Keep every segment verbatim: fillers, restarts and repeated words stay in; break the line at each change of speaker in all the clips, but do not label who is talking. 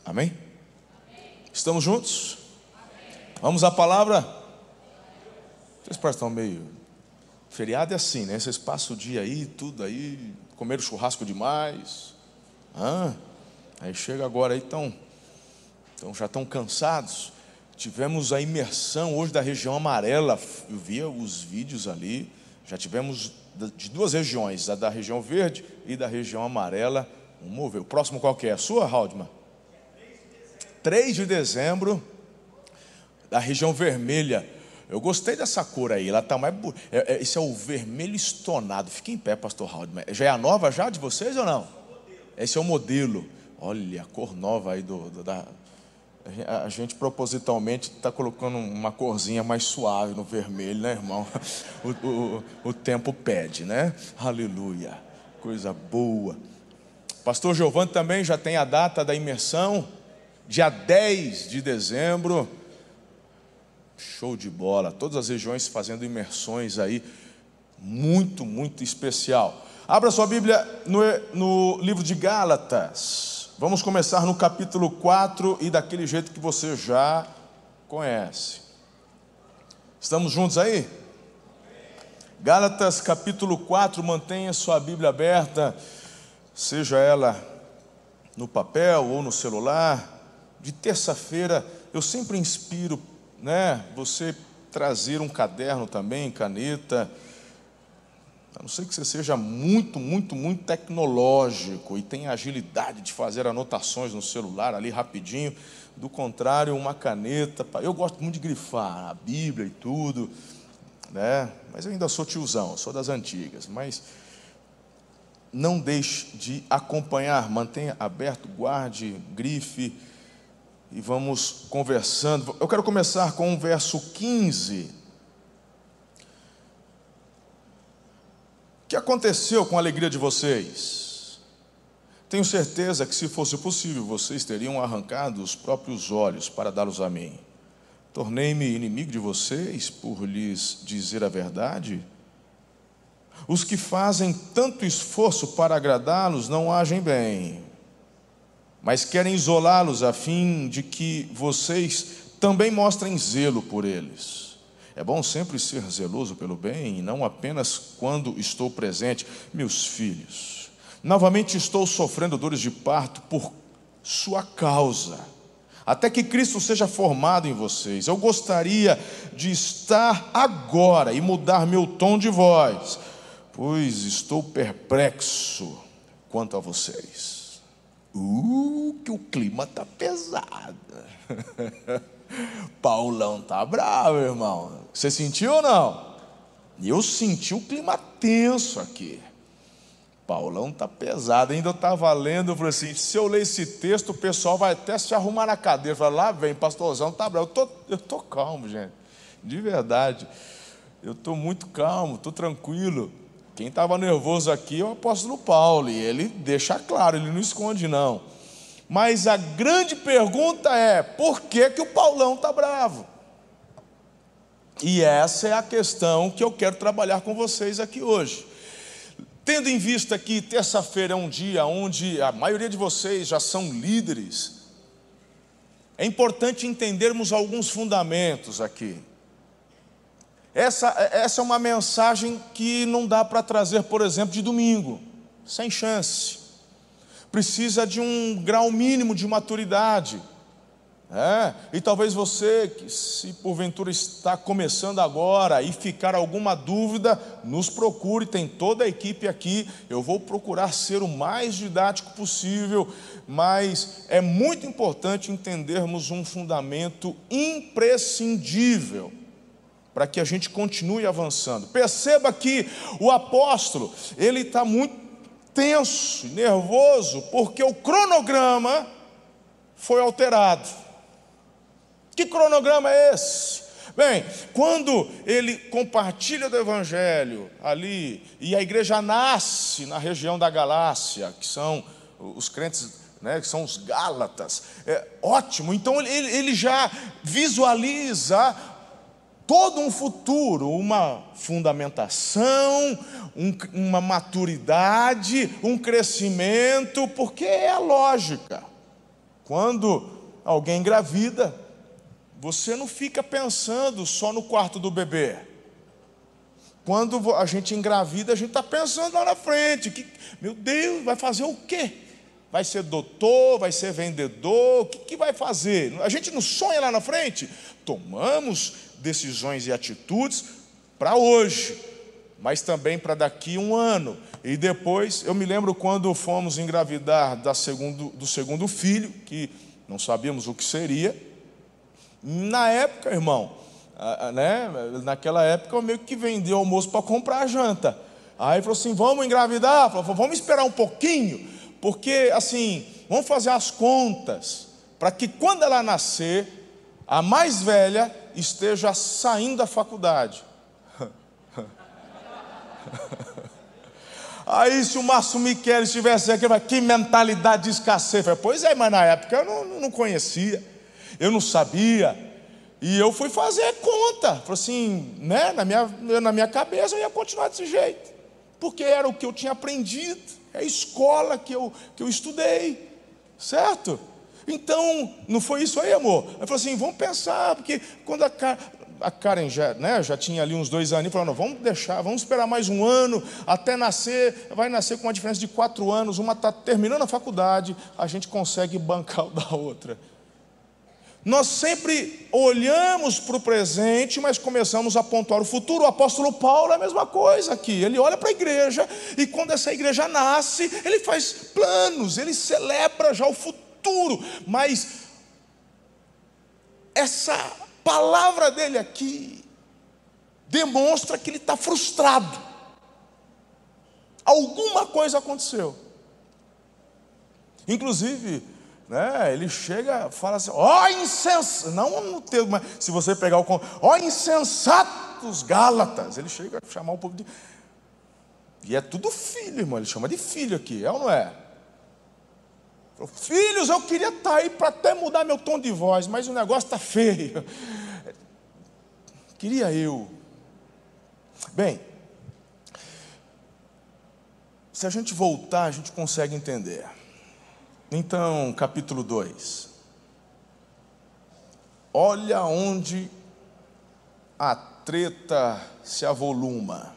Amém? Estamos juntos? Vamos à palavra? Vocês parecem meio... Feriado é assim, né? Vocês passam o dia aí, tudo aí, comeram churrasco demais. Ah, aí chega agora aí, tão, então já estão cansados. Tivemos a imersão hoje da região amarela. Eu via os vídeos ali. Já tivemos de duas regiões, a da região verde e da região amarela. Vamos ver. O próximo qual que é? A sua, Haldman? três de dezembro, da região vermelha. Eu gostei dessa cor aí. Ela está mais bonita. É, é, esse é o vermelho estonado. Fique em pé, pastor Haldman. Já é a nova já de vocês ou não? Esse é o modelo. Olha a cor nova aí do, do da... A gente propositalmente está colocando uma corzinha mais suave no vermelho, né, irmão? O, o, o tempo pede, né? Aleluia. Coisa boa. Pastor Giovanni também já tem a data da imersão. Dia dez de dezembro. Show de bola. Todas as regiões fazendo imersões aí. Muito, muito especial. Abra sua Bíblia no, no livro de Gálatas. Vamos começar no capítulo quatro e daquele jeito que você já conhece. Estamos juntos aí? Gálatas capítulo quatro, mantenha sua Bíblia aberta, seja ela no papel ou no celular. De terça-feira eu sempre inspiro, né, você trazer um caderno também, caneta. A não ser que você seja muito, muito, muito tecnológico e tenha agilidade de fazer anotações no celular ali rapidinho. Do contrário, uma caneta. Eu gosto muito de grifar a Bíblia e tudo, né? Mas eu ainda sou tiozão, sou das antigas. Mas não deixe de acompanhar, mantenha aberto, guarde, grife e vamos conversando. Eu quero começar com o verso quinze. O que aconteceu com a alegria de vocês? Tenho certeza que, se fosse possível, vocês teriam arrancado os próprios olhos para dá-los a mim. Tornei-me inimigo de vocês por lhes dizer a verdade? Os que fazem tanto esforço para agradá-los não agem bem, mas querem isolá-los a fim de que vocês também mostrem zelo por eles. É bom sempre ser zeloso pelo bem, e não apenas quando estou presente. Meus filhos, novamente estou sofrendo dores de parto por sua causa, até que Cristo seja formado em vocês. Eu gostaria de estar agora e mudar meu tom de voz, pois estou perplexo quanto a vocês. Uh, que o clima está pesado. Paulão tá bravo, irmão. Você sentiu ou não? Eu senti o clima tenso aqui. Paulão tá pesado. Ainda eu estava lendo, eu falei assim, se eu ler esse texto, o pessoal vai até se arrumar na cadeira. Eu falei, lá vem, pastorzão tá bravo. Eu tô, eu tô calmo, gente. De verdade. Eu tô muito calmo, tô tranquilo. Quem estava nervoso aqui é o apóstolo Paulo. E ele deixa claro, ele não esconde não. Mas a grande pergunta é, por que que o Paulão está bravo? E essa é a questão que eu quero trabalhar com vocês aqui hoje. Tendo em vista que terça-feira é um dia onde a maioria de vocês já são líderes, é importante entendermos alguns fundamentos aqui. Essa, essa é uma mensagem que não dá para trazer, por exemplo, de domingo, sem chance. Precisa de um grau mínimo de maturidade. É, e talvez você, que se porventura está começando agora e ficar alguma dúvida, nos procure, tem toda a equipe aqui. Eu vou procurar ser o mais didático possível, mas é muito importante entendermos um fundamento imprescindível para que a gente continue avançando. Perceba que o apóstolo, ele está muito tenso, nervoso, porque o cronograma foi alterado. Que cronograma é esse? Bem, quando ele compartilha do evangelho ali, e a igreja nasce na região da Galácia, que são os crentes, né, que são os Gálatas, é ótimo. Então ele, ele já visualiza todo um futuro, uma fundamentação, um, uma maturidade, um crescimento, porque é a lógica. Quando alguém engravida, você não fica pensando só no quarto do bebê. Quando a gente engravida, a gente está pensando lá na frente, que, meu Deus, vai fazer o quê? Vai ser doutor, vai ser vendedor, o que, que vai fazer? A gente não sonha lá na frente? Tomamos decisões e atitudes para hoje, mas também para daqui a um ano. E depois, eu me lembro quando fomos engravidar da segundo, do segundo filho, que não sabíamos o que seria. Na época, irmão, né, naquela época eu meio que vendi almoço para comprar a janta. Aí falou assim, vamos engravidar? Falou, vamos esperar um pouquinho, porque assim, vamos fazer as contas, para que quando ela nascer, a mais velha esteja saindo da faculdade. Aí se o Márcio Michele estivesse aqui, ele vai, que mentalidade de escassez. Eu falei, pois é, mas na época eu não, não conhecia, eu não sabia, e eu fui fazer conta. Falei assim, né, na minha, na minha cabeça eu ia continuar desse jeito, porque era o que eu tinha aprendido, é a escola que eu, que eu estudei, certo? Então, não foi isso aí, amor? Eu falei assim, vamos pensar, porque quando a Karen, a Karen já, né, já tinha ali uns dois anos, falando, vamos deixar, vamos esperar mais um ano, até nascer, vai nascer com uma diferença de quatro anos, uma está terminando a faculdade, a gente consegue bancar o da outra. Nós sempre olhamos para o presente, mas começamos a pontuar o futuro. O apóstolo Paulo é a mesma coisa aqui, ele olha para a igreja, e quando essa igreja nasce, ele faz planos, ele celebra já o futuro, mas essa palavra dele aqui demonstra que ele está frustrado. Alguma coisa aconteceu. Inclusive, né, ele chega e fala assim, ó insensato, não no termo, mas se você pegar o ó insensatos Gálatas, ele chega a chamar o povo de, e é tudo filho, irmão, ele chama de filho aqui, é ou não é? Filhos, eu queria estar aí para até mudar meu tom de voz, mas o negócio está feio. Queria eu. Bem, se a gente voltar, a gente consegue entender. Então, capítulo dois. Olha onde a treta se avoluma.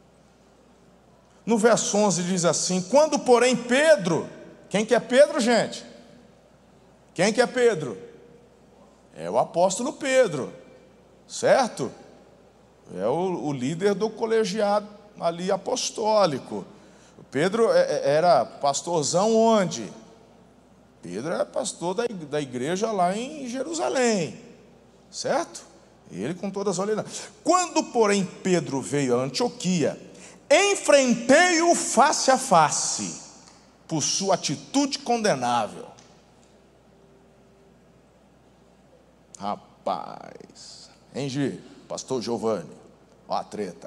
No verso onze diz assim, quando porém Pedro... Quem que é Pedro, gente? Quem que é Pedro? É o apóstolo Pedro, certo? É o, o líder do colegiado ali apostólico. Pedro era pastorzão onde? Pedro era pastor da, da igreja lá em Jerusalém, certo? Ele com todas as ordenanças. Quando, porém, Pedro veio a Antioquia, enfrentei-o face a face, por sua atitude condenável. Rapaz, hein, Gi? Pastor Giovanni, ó a treta.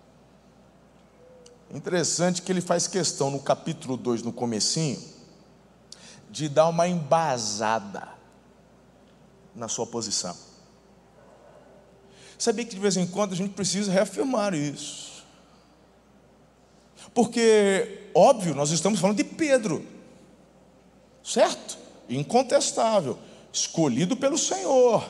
Interessante que ele faz questão no capítulo dois, no comecinho, de dar uma embasada na sua posição. Sabia que de vez em quando a gente precisa reafirmar isso. Porque, óbvio, nós estamos falando de Pedro, certo? Incontestável, escolhido pelo Senhor.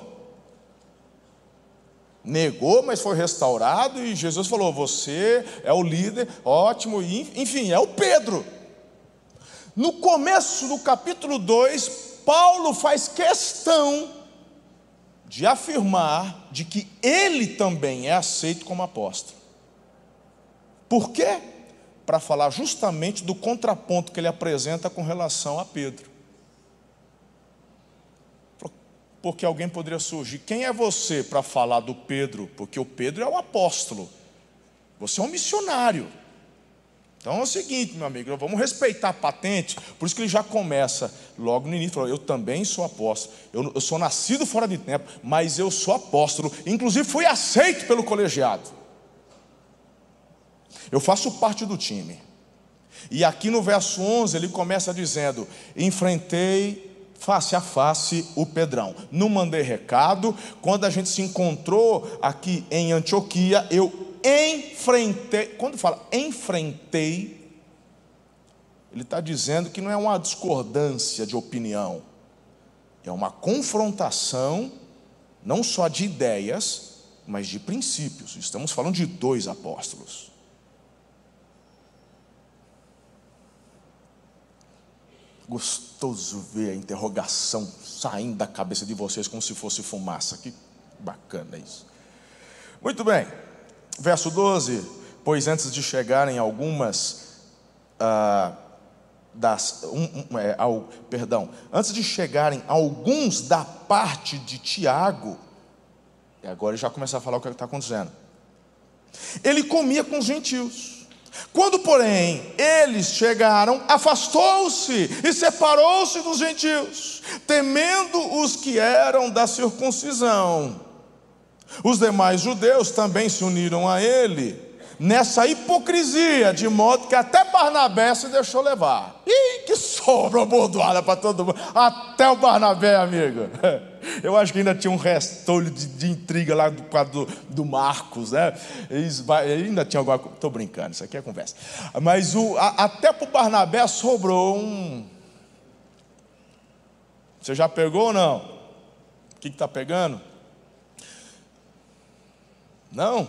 Negou, mas foi restaurado, e Jesus falou, você é o líder, ótimo, enfim, é o Pedro. No começo do capítulo dois, Paulo faz questão de afirmar de que ele também é aceito como apóstolo. Por quê? Para falar justamente do contraponto que ele apresenta com relação a Pedro. Porque alguém poderia surgir, quem é você para falar do Pedro? Porque o Pedro é o apóstolo, você é um missionário. Então é o seguinte, meu amigo, vamos respeitar a patente. Por isso que ele já começa logo no início, falou, eu também sou apóstolo, eu, eu sou nascido fora de tempo, mas eu sou apóstolo, inclusive fui aceito pelo colegiado. Eu faço parte do time. E aqui no verso onze ele começa dizendo, enfrentei face a face o Pedrão. Não mandei recado. Quando a gente se encontrou aqui em Antioquia, eu enfrentei. Quando fala enfrentei, ele está dizendo que não é uma discordância de opinião, É uma confrontação, não só de ideias, mas de princípios. Estamos falando de dois apóstolos. Gostoso ver a interrogação saindo da cabeça de vocês como se fosse fumaça. Que bacana isso. Muito bem. Verso doze. Pois antes de chegarem algumas ah, das, um, um, é, ao, perdão, antes de chegarem alguns da parte de Tiago, e agora ele já começa a falar o que está acontecendo. Ele comia com os gentios. Quando, porém, eles chegaram, afastou-se e separou-se dos gentios, temendo os que eram da circuncisão. Os demais judeus também se uniram a ele, nessa hipocrisia, de modo que até Barnabé se deixou levar. Ih, que sobra bordoada para todo mundo. Até o Barnabé, amigo. Eu acho que ainda tinha um restolho de, de intriga lá do quadro do, do Marcos, né? Eles, ainda tinha alguma coisa. Estou brincando, isso aqui é conversa. Mas o, a, até para o Barnabé sobrou um. Você já pegou ou não? O que está pegando? Não?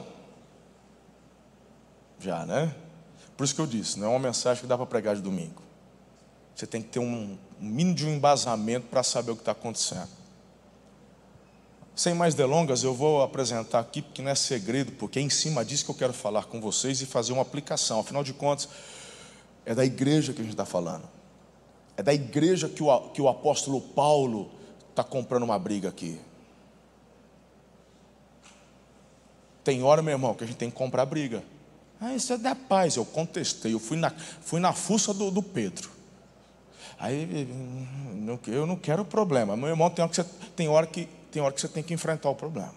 Já, né? Por isso que eu disse, não é uma mensagem que dá para pregar de domingo. Você tem que ter um, um mínimo de um embasamento para saber o que está acontecendo. Sem mais delongas, eu vou apresentar aqui, porque não é segredo, porque é em cima disso que eu quero falar com vocês e fazer uma aplicação. Afinal de contas, é da igreja que a gente está falando. É da igreja que o, que o apóstolo Paulo está comprando uma briga aqui. Tem hora, meu irmão, que a gente tem que comprar briga. Ah, isso é da paz. Eu contestei, eu fui na, fui na fuça do, do Pedro. Aí, eu não quero problema. Meu irmão, tem hora que você tem, hora que, tem hora que você tem que enfrentar o problema.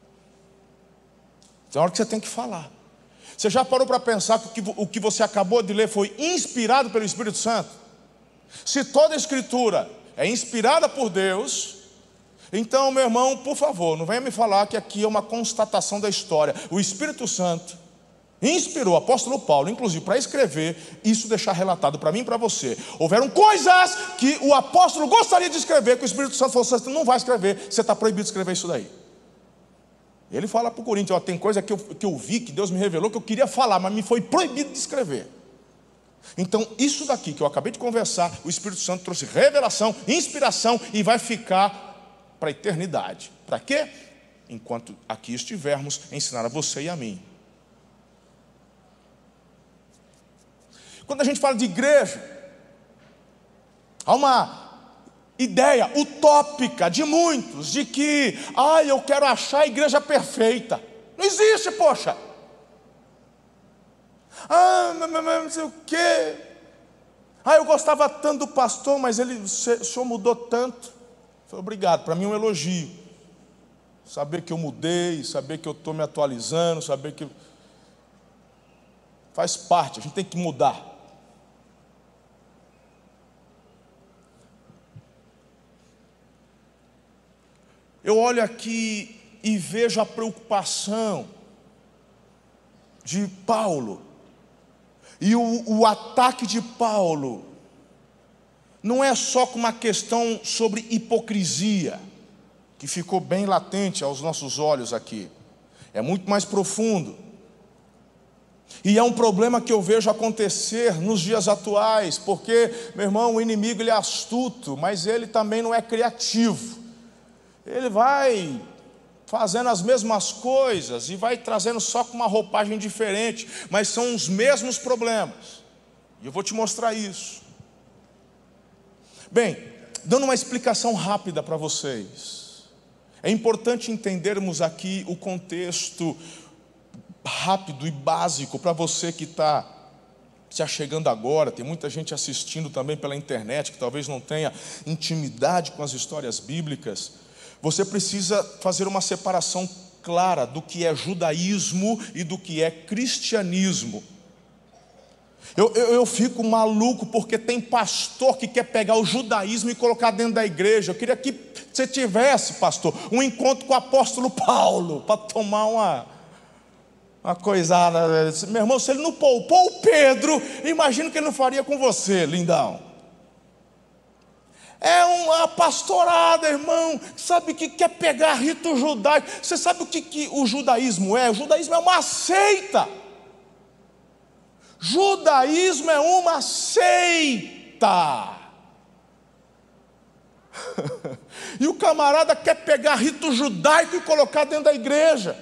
Tem hora que você tem que falar. Você já parou para pensar que o, que o que você acabou de ler foi inspirado pelo Espírito Santo? Se toda a Escritura é inspirada por Deus, então, meu irmão, por favor, não venha me falar que aqui é uma constatação da história. O Espírito Santo inspirou o apóstolo Paulo, inclusive, para escrever isso, deixar relatado para mim e para você. Houveram coisas que o apóstolo gostaria de escrever, que o Espírito Santo falou: você não vai escrever, você está proibido de escrever isso daí. Ele fala para o Coríntios: ó, tem coisa que eu, que eu vi, que Deus me revelou, que eu queria falar, mas me foi proibido de escrever. Então, isso daqui que eu acabei de conversar, o Espírito Santo trouxe revelação, inspiração, e vai ficar para a eternidade. Para quê? Enquanto aqui estivermos, ensinar a você e a mim. Quando a gente fala de igreja, há uma ideia utópica de muitos, de que, ah, eu quero achar a igreja perfeita. Não existe, poxa. Ah, mas não sei o quê. Ah, eu gostava tanto do pastor, mas ele, o senhor mudou tanto. Falei: obrigado, para mim é um elogio. Saber que eu mudei, saber que eu estou me atualizando, saber que faz parte, a gente tem que mudar. Eu olho aqui e vejo a preocupação de Paulo, e o, o ataque de Paulo não é só com uma questão sobre hipocrisia, que ficou bem latente aos nossos olhos aqui. É muito mais profundo. E é um problema que eu vejo acontecer nos dias atuais, porque, meu irmão, o inimigo ele é astuto, mas ele também não é criativo. Ele vai fazendo as mesmas coisas e vai trazendo só com uma roupagem diferente, mas são os mesmos problemas. E eu vou te mostrar isso. Bem, dando uma explicação rápida para vocês, é importante entendermos aqui o contexto rápido e básico para você que está se achegando agora. Tem muita gente assistindo também pela internet que talvez não tenha intimidade com as histórias bíblicas. Você precisa fazer uma separação clara do que é judaísmo e do que é cristianismo. Eu, eu, eu fico maluco porque tem pastor que quer pegar o judaísmo e colocar dentro da igreja. Eu queria que você tivesse, pastor, um encontro com o apóstolo Paulo, para tomar uma, uma coisada. Meu irmão, se ele não poupou o Pedro, imagina o que ele não faria com você, lindão. É uma pastorada, irmão, sabe, que quer pegar rito judaico. Você sabe o que, que o judaísmo é? O judaísmo é uma seita. Judaísmo é uma seita. E o camarada quer pegar rito judaico e colocar dentro da igreja.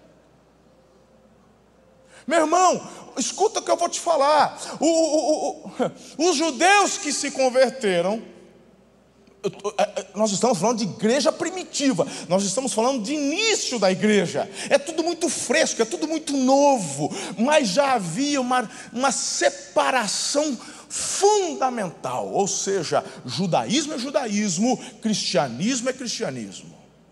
Meu irmão, escuta o que eu vou te falar. O, o, o, os judeus que se converteram, nós estamos falando de igreja primitiva, nós estamos falando de início da igreja. É tudo muito fresco, é tudo muito novo, mas já havia uma, uma separação fundamental. Ou seja, judaísmo é judaísmo, cristianismo é cristianismo.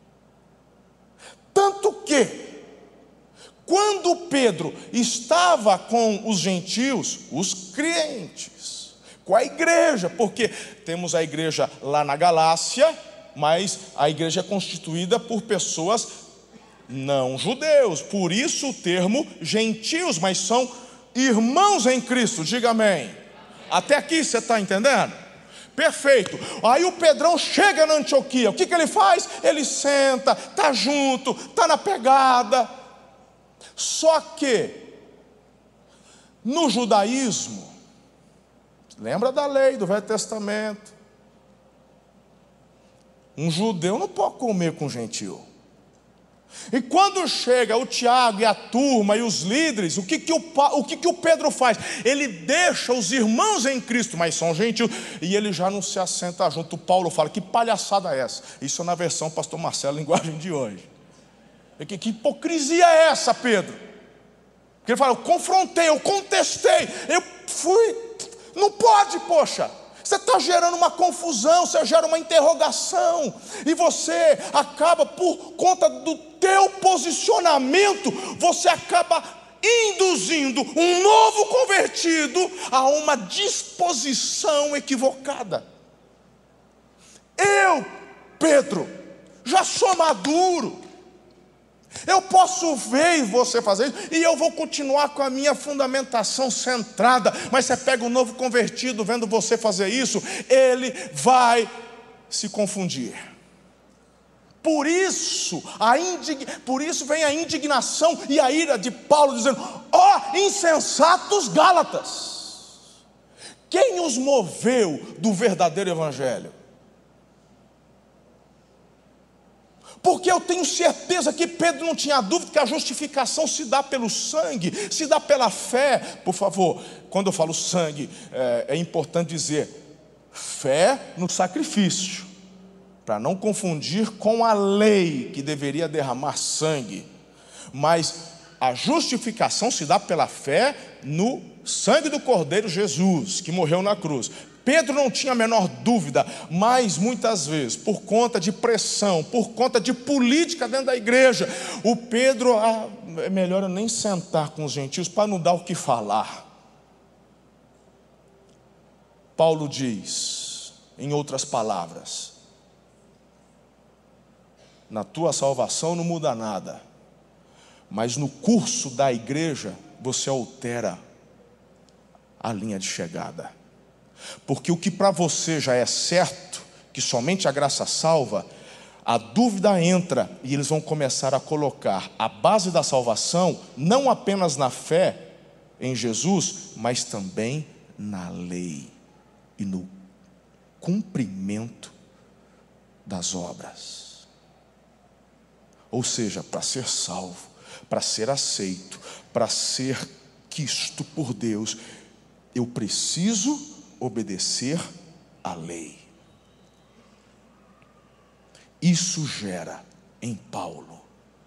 Tanto que, quando Pedro estava com os gentios, os crentes, com a igreja, porque temos a igreja lá na Galácia, mas a igreja é constituída por pessoas não judeus, por isso o termo gentios, mas são irmãos em Cristo, diga amém. Até aqui você está entendendo? Perfeito. Aí o Pedrão chega na Antioquia, o que, que ele faz? Ele senta, está junto, está na pegada. Só que no judaísmo, lembra da lei do Velho Testamento, um judeu não pode comer com gentil. E quando chega o Tiago e a turma e os líderes, o que que o, o que que o Pedro faz? Ele deixa os irmãos em Cristo, mas são gentios, e ele já não se assenta junto. O Paulo fala, que palhaçada é essa? Isso é na versão pastor Marcelo, linguagem de hoje. Que, que hipocrisia é essa, Pedro? Porque ele fala, eu confrontei, eu contestei, eu fui, não pode, poxa. Você está gerando uma confusão, você gera uma interrogação, e você acaba, por conta do teu posicionamento, você acaba induzindo um novo convertido a uma disposição equivocada. Eu, Pedro, já sou maduro, eu posso ver você fazer isso, e eu vou continuar com a minha fundamentação centrada, mas você pega um novo convertido vendo você fazer isso, ele vai se confundir. Por isso, a indig... Por isso vem a indignação e a ira de Paulo, dizendo, ó oh, insensatos Gálatas, quem os moveu do verdadeiro evangelho? Porque eu tenho certeza que Pedro não tinha dúvida que a justificação se dá pelo sangue, se dá pela fé. Por favor, quando eu falo sangue, é, é importante dizer fé no sacrifício, para não confundir com a lei que deveria derramar sangue. Mas a justificação se dá pela fé no sangue do Cordeiro Jesus, que morreu na cruz. Pedro não tinha a menor dúvida, mas muitas vezes, por conta de pressão, por conta de política dentro da igreja, o Pedro, ah, é melhor eu nem sentar com os gentios para não dar o que falar. Paulo diz, em outras palavras, na tua salvação não muda nada, mas no curso da igreja você altera a linha de chegada. Porque o que para você já é certo, que somente a graça salva, a dúvida entra e eles vão começar a colocar a base da salvação não apenas na fé em Jesus, mas também na lei e no cumprimento das obras. Ou seja, para ser salvo, para ser aceito, para ser quisto por Deus, eu preciso obedecer à lei. Isso gera em Paulo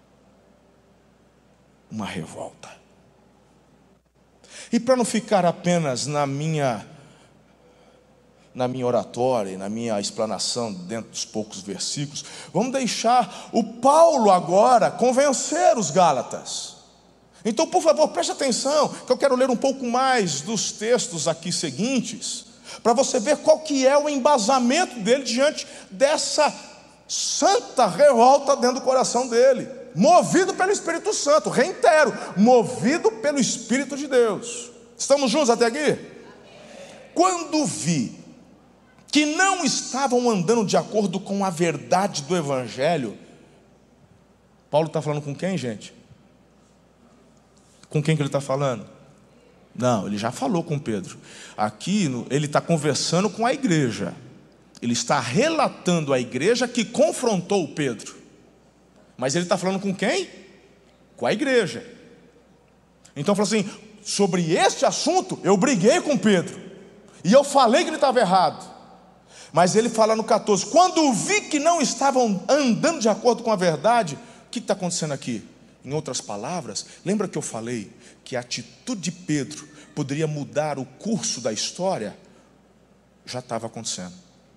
uma revolta. E para não ficar apenas na minha na minha oratória, na minha explanação dentro dos poucos versículos, vamos deixar o Paulo agora convencer os Gálatas. Então, por favor, preste atenção, que eu quero ler um pouco mais dos textos aqui seguintes, para você ver qual que é o embasamento dele diante dessa santa revolta dentro do coração dele, movido pelo Espírito Santo. Reitero, movido pelo Espírito de Deus. Estamos juntos até aqui? Quando vi que não estavam andando de acordo com a verdade do Evangelho. Paulo está falando com quem, gente? Com quem que ele está falando? Não, ele já falou com Pedro. Aqui ele está conversando com a igreja. Ele está relatando a igreja que confrontou o Pedro. Mas ele está falando com quem? Com a igreja. Então falou assim: sobre este assunto eu briguei com Pedro, e eu falei que ele estava errado. Mas ele fala no catorze: quando vi que não estavam andando de acordo com a verdade. O que está acontecendo aqui? Em outras palavras, lembra que eu falei que a atitude de Pedro poderia mudar o curso da história? Já estava acontecendo.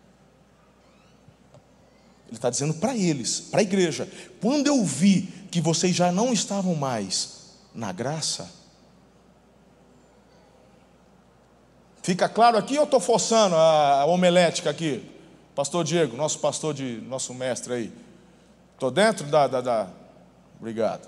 Ele está dizendo para eles, para a igreja: quando eu vi que vocês já não estavam mais na graça. Fica claro aqui ou estou forçando a homilética aqui? Pastor Diego, nosso pastor, de, nosso mestre aí. Estou dentro da, da, da... Obrigado.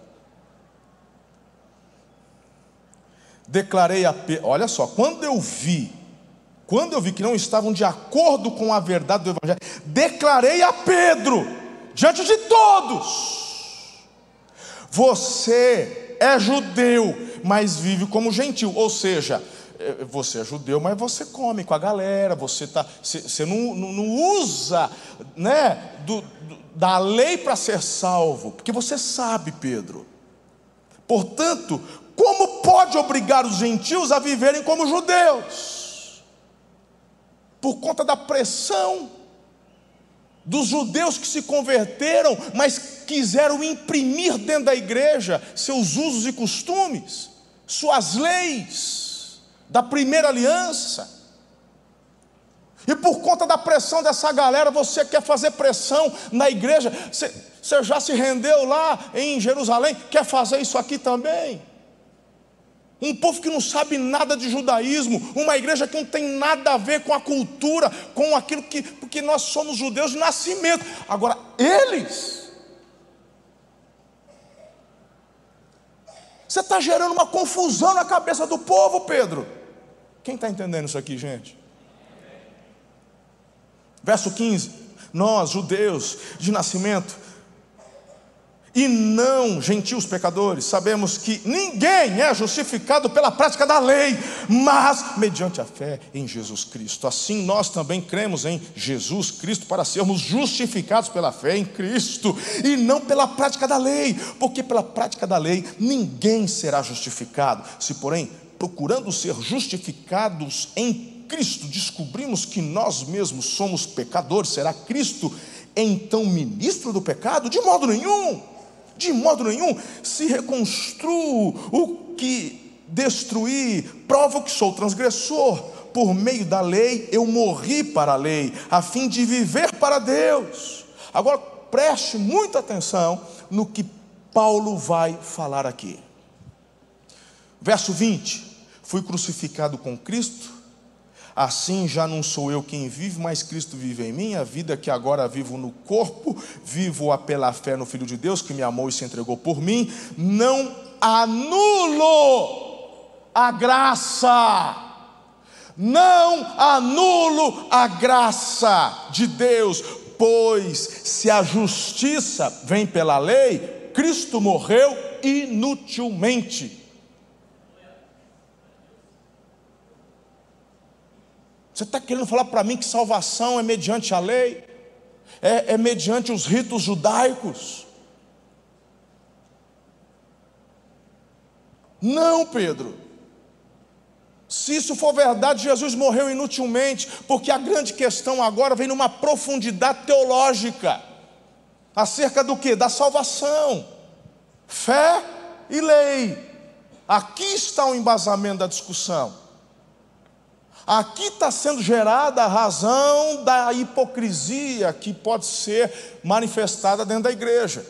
Declarei a Pedro, olha só, quando eu vi, quando eu vi que não estavam de acordo com a verdade do Evangelho, declarei a Pedro, diante de todos: você é judeu, mas vive como gentil. Ou seja, você é judeu, mas você come com a galera, você, tá, você, você não, não, não usa, né, do, do, da lei para ser salvo, porque você sabe, Pedro. Portanto, como pode obrigar os gentios a viverem como judeus? Por conta da pressão dos judeus que se converteram, mas quiseram imprimir dentro da igreja seus usos e costumes, suas leis da primeira aliança. E por conta da pressão dessa galera, você quer fazer pressão na igreja. Você, você já se rendeu lá em Jerusalém, quer fazer isso aqui também? Um povo que não sabe nada de judaísmo, uma igreja que não tem nada a ver com a cultura, com aquilo que, porque nós somos judeus de nascimento. Agora, eles, você está gerando uma confusão na cabeça do povo, Pedro. Quem está entendendo isso aqui, gente? Verso quinze: nós, judeus de nascimento, e não gentios pecadores, sabemos que ninguém é justificado pela prática da lei, mas mediante a fé em Jesus Cristo. Assim nós também cremos em Jesus Cristo para sermos justificados pela fé em Cristo, e não pela prática da lei, porque pela prática da lei ninguém será justificado. Se porém, procurando ser justificados em Cristo, descobrimos que nós mesmos somos pecadores, será Cristo então ministro do pecado? De modo nenhum. De modo nenhum. Se reconstruo o que destruí, provo que sou transgressor. Por meio da lei eu morri para a lei, a fim de viver para Deus. Agora preste muita atenção no que Paulo vai falar aqui. Verso vinte: fui crucificado com Cristo, assim já não sou eu quem vive, mas Cristo vive em mim. A vida que agora vivo no corpo, vivo-a pela fé no Filho de Deus, que me amou e se entregou por mim. Não anulo a graça, não anulo a graça de Deus, pois se a justiça vem pela lei, Cristo morreu inutilmente. Você está querendo falar para mim que salvação é mediante a lei? É, é mediante os ritos judaicos? Não, Pedro. Se isso for verdade, Jesus morreu inutilmente, porque a grande questão agora vem numa profundidade teológica, acerca do que? Da salvação, fé e lei. Aqui está o embasamento da discussão. Aqui está sendo gerada a razão da hipocrisia que pode ser manifestada dentro da igreja.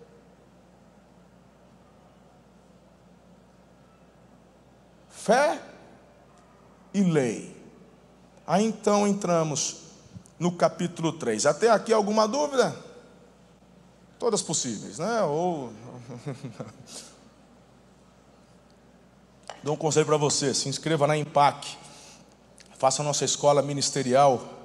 Fé e lei. Aí então entramos no capítulo três. Até aqui alguma dúvida? Todas possíveis, né? Ou... Dou um conselho para você: se inscreva na IMPAC. Faça a nossa escola ministerial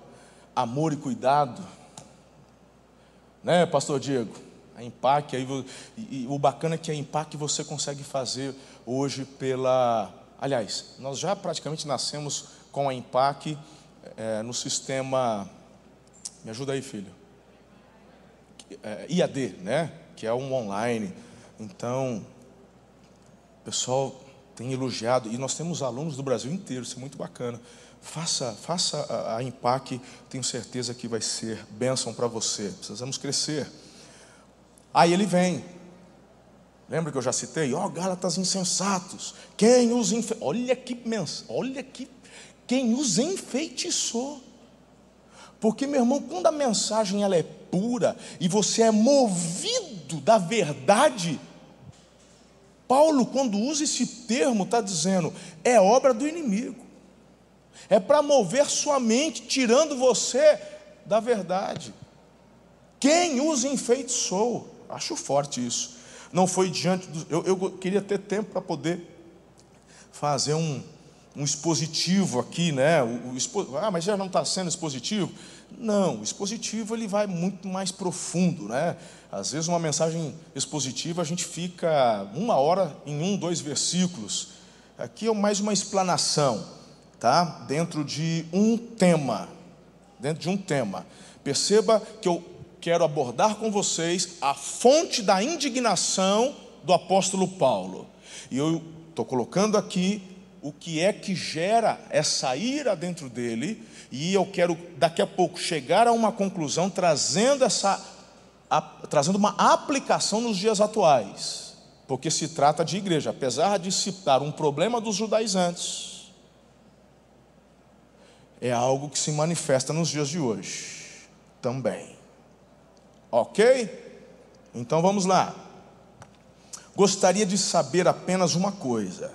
amor e cuidado, né, pastor Diego? A Impact, aí, e, e o bacana é que a Impact você consegue fazer hoje pela... Aliás, nós já praticamente nascemos com a Impact é, no sistema... Me ajuda aí, filho. É, I A D, né? Que é um online. Então, o pessoal tem elogiado, e nós temos alunos do Brasil inteiro, isso é muito bacana. Faça, faça a, a Impact, tenho certeza que vai ser bênção para você. Precisamos crescer. Aí ele vem. Lembra que eu já citei? Ó, oh, Gálatas insensatos. Quem os enfe... Olha que mens... Olha que quem os enfeitiçou. Porque, meu irmão, quando a mensagem ela é pura e você é movido da verdade, Paulo, quando usa esse termo, está dizendo, é obra do inimigo. É para mover sua mente, tirando você da verdade. Quem os enfeitiçou? Acho forte isso. Não foi diante do... Eu, eu queria ter tempo para poder fazer um, um expositivo aqui, né? O, o expo... Ah, mas já não está sendo expositivo? Não, o expositivo ele vai muito mais profundo, né? Às vezes uma mensagem expositiva a gente fica uma hora em um, dois versículos. Aqui é mais uma explanação, tá? Dentro de um tema, dentro de um tema. Perceba que eu quero abordar com vocês a fonte da indignação do apóstolo Paulo. E eu estou colocando aqui o que é que gera essa ira dentro dele, e eu quero daqui a pouco chegar a uma conclusão trazendo, essa, a, trazendo uma aplicação nos dias atuais, porque se trata de igreja. Apesar de citar um problema dos judaizantes, é algo que se manifesta nos dias de hoje também. Ok? Então vamos lá. Gostaria de saber apenas uma coisa.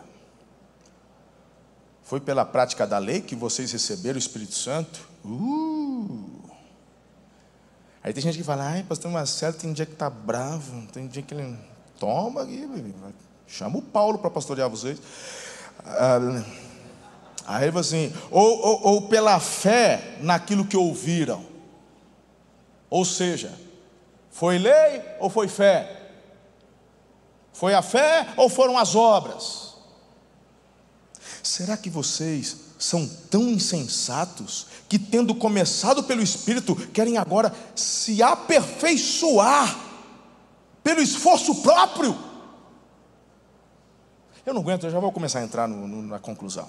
Foi pela prática da lei que vocês receberam o Espírito Santo? Uh! Aí tem gente que fala, ai, pastor Marcelo, tem dia que está bravo, tem dia que ele... Toma aqui, chama o Paulo para pastorear vocês. Ah, aí ele assim, ou, ou, ou pela fé naquilo que ouviram. Ou seja, foi lei ou foi fé? Foi a fé ou foram as obras? Será que vocês são tão insensatos que, tendo começado pelo Espírito, querem agora se aperfeiçoar pelo esforço próprio? Eu não aguento, eu já vou começar a entrar no, no, na conclusão.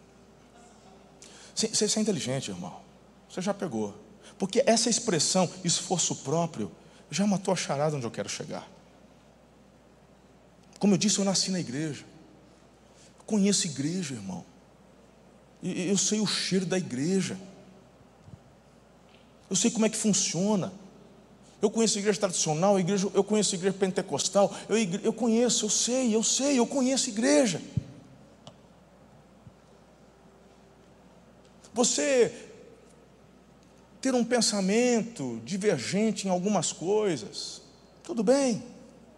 Você, você é inteligente, irmão. Você já pegou. Porque essa expressão, esforço próprio, já matou a charada onde eu quero chegar. Como eu disse, eu nasci na igreja. Conheço igreja, irmão. E eu sei o cheiro da igreja. Eu sei como é que funciona. Eu conheço igreja tradicional, igreja, eu conheço igreja pentecostal. Eu, eu conheço, eu sei, eu sei, eu conheço igreja. Você ter um pensamento divergente em algumas coisas, tudo bem.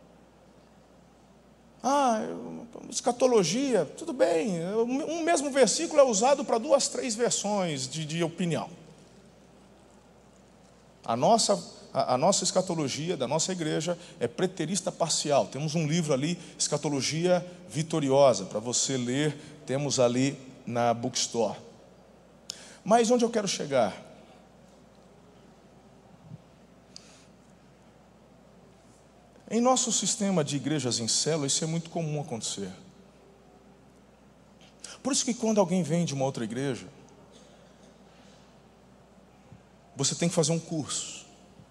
Ah, escatologia, tudo bem. Um mesmo versículo é usado para duas, três versões de, de opinião. A nossa, a, a nossa escatologia da nossa igreja é preterista parcial. Temos um livro ali, Escatologia Vitoriosa, para você ler, temos ali na bookstore. Mas onde eu quero chegar? Em nosso sistema de igrejas em célula, isso é muito comum acontecer. Por isso que quando alguém vem de uma outra igreja, você tem que fazer um curso.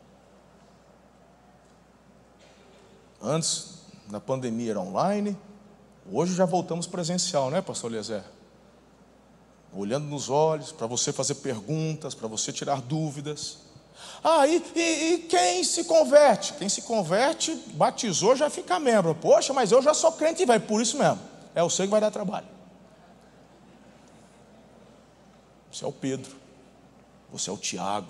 Antes, na pandemia era online, hoje já voltamos presencial, né, pastor Eliezer? Olhando nos olhos, para você fazer perguntas, para você tirar dúvidas. Ah, e, e, e quem se converte? Quem se converte, batizou, já fica membro. Poxa, mas eu já sou crente e vai, por isso mesmo. É o seu que vai dar trabalho. Você é o Pedro. Você é o Tiago.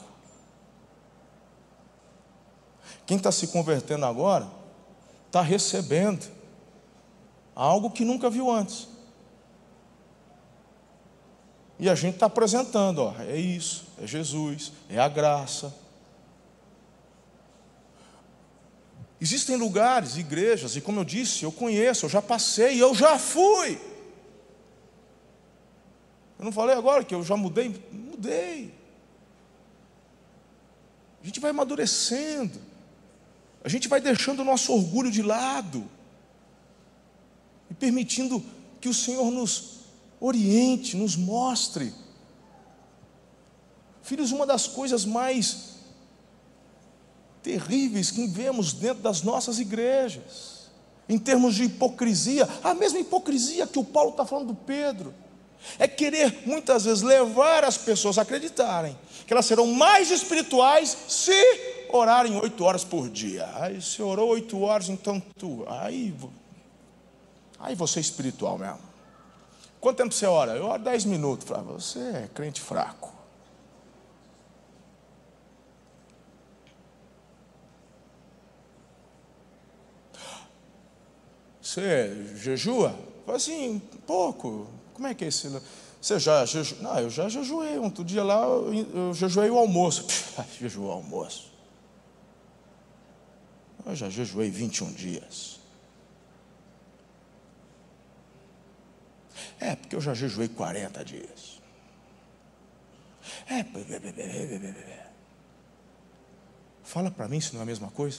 Quem está se convertendo agora, está recebendo algo que nunca viu antes. E a gente está apresentando, ó, é isso, é Jesus, é a graça. Existem lugares, igrejas, e como eu disse, eu conheço, eu já passei, eu já fui. Eu não falei agora que eu já mudei? Mudei. A gente vai amadurecendo, a gente vai deixando o nosso orgulho de lado, e permitindo que o Senhor nos oriente, nos mostre. Filhos, uma das coisas mais terríveis que vemos dentro das nossas igrejas, em termos de hipocrisia, a mesma hipocrisia que o Paulo está falando do Pedro, é querer muitas vezes levar as pessoas a acreditarem que elas serão mais espirituais se orarem oito horas por dia. Aí você orou oito horas, então tu, aí, aí você é espiritual mesmo. Quanto tempo você ora? Eu oro dez minutos. Fala, você é crente fraco. Você jejua? Fala assim, pouco. Como é que é esse? Você já jejuou? Não, eu já jejuei. Um outro dia lá, eu, eu jejuei o almoço. Jejuou o almoço. Eu já jejuei vinte e um dias. É, porque eu já jejuei quarenta dias. É, fala para mim se não é a mesma coisa.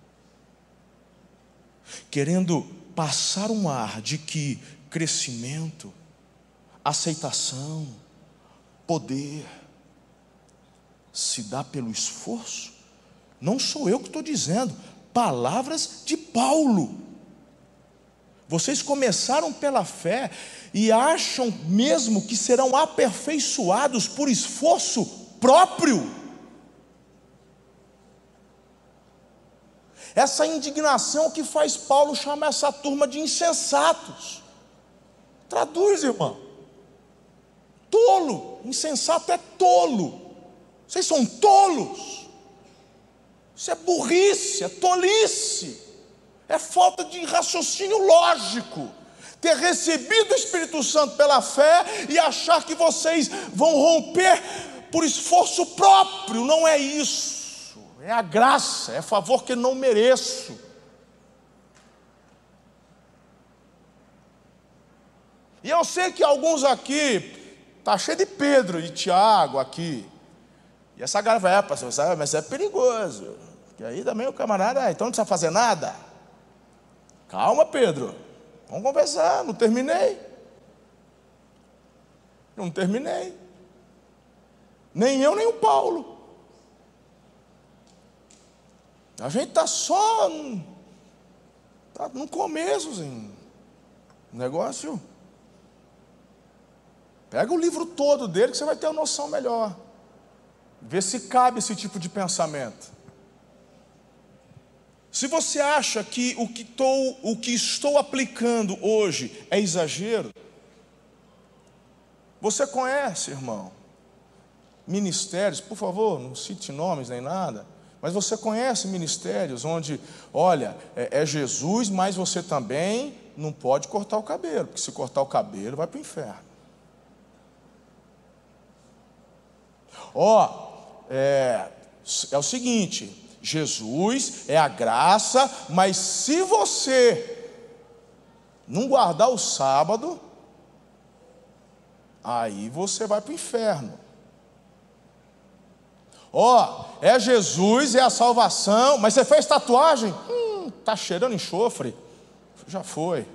Querendo passar um ar de que crescimento, aceitação, poder se dá pelo esforço. Não sou eu que estou dizendo, palavras de Paulo. Vocês começaram pela fé e acham mesmo que serão aperfeiçoados por esforço próprio? Essa indignação que faz Paulo chamar essa turma de insensatos. Traduz, irmão. Tolo, insensato é tolo. Vocês são tolos. Isso é burrice, é tolice, é falta de raciocínio lógico. Ter recebido o Espírito Santo pela fé e achar que vocês vão romper por esforço próprio. Não é isso, é a graça, é favor que não mereço. E eu sei que alguns aqui, está cheio de Pedro e Tiago aqui, e essa galera vai, é, pastor, sabe, mas é perigoso, porque aí também o camarada, então não precisa fazer nada. Calma, Pedro, vamos conversar, não terminei. Não terminei. Nem eu, nem o Paulo. A gente está só tá no começo, assim, negócio. Pega o livro todo dele que você vai ter uma noção melhor. Vê se cabe esse tipo de pensamento. Se você acha que o que estou, o que estou aplicando hoje é exagero, você conhece, irmão, ministérios, por favor, não cite nomes nem nada, mas você conhece ministérios onde, olha, é, é Jesus, mas você também não pode cortar o cabelo, porque se cortar o cabelo vai para o inferno. Ó, oh, é, é o seguinte, Jesus é a graça, mas se você não guardar o sábado, aí você vai para o inferno. Ó, oh, é Jesus, é a salvação, mas você fez tatuagem? Hum, tá cheirando enxofre. Já foi.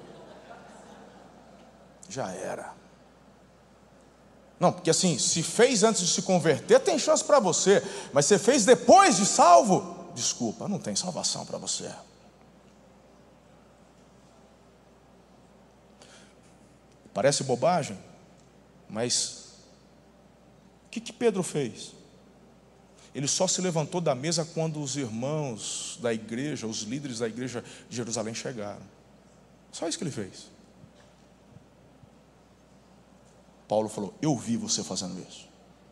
Já era. Não, porque assim, se fez antes de se converter, tem chance para você. Mas você fez depois de salvo? Desculpa, não tem salvação para você. Parece bobagem, mas o que que Pedro fez? Ele só se levantou da mesa quando os irmãos da igreja, os líderes da igreja de Jerusalém chegaram. Só isso que ele fez. Paulo falou, eu vi você fazendo isso.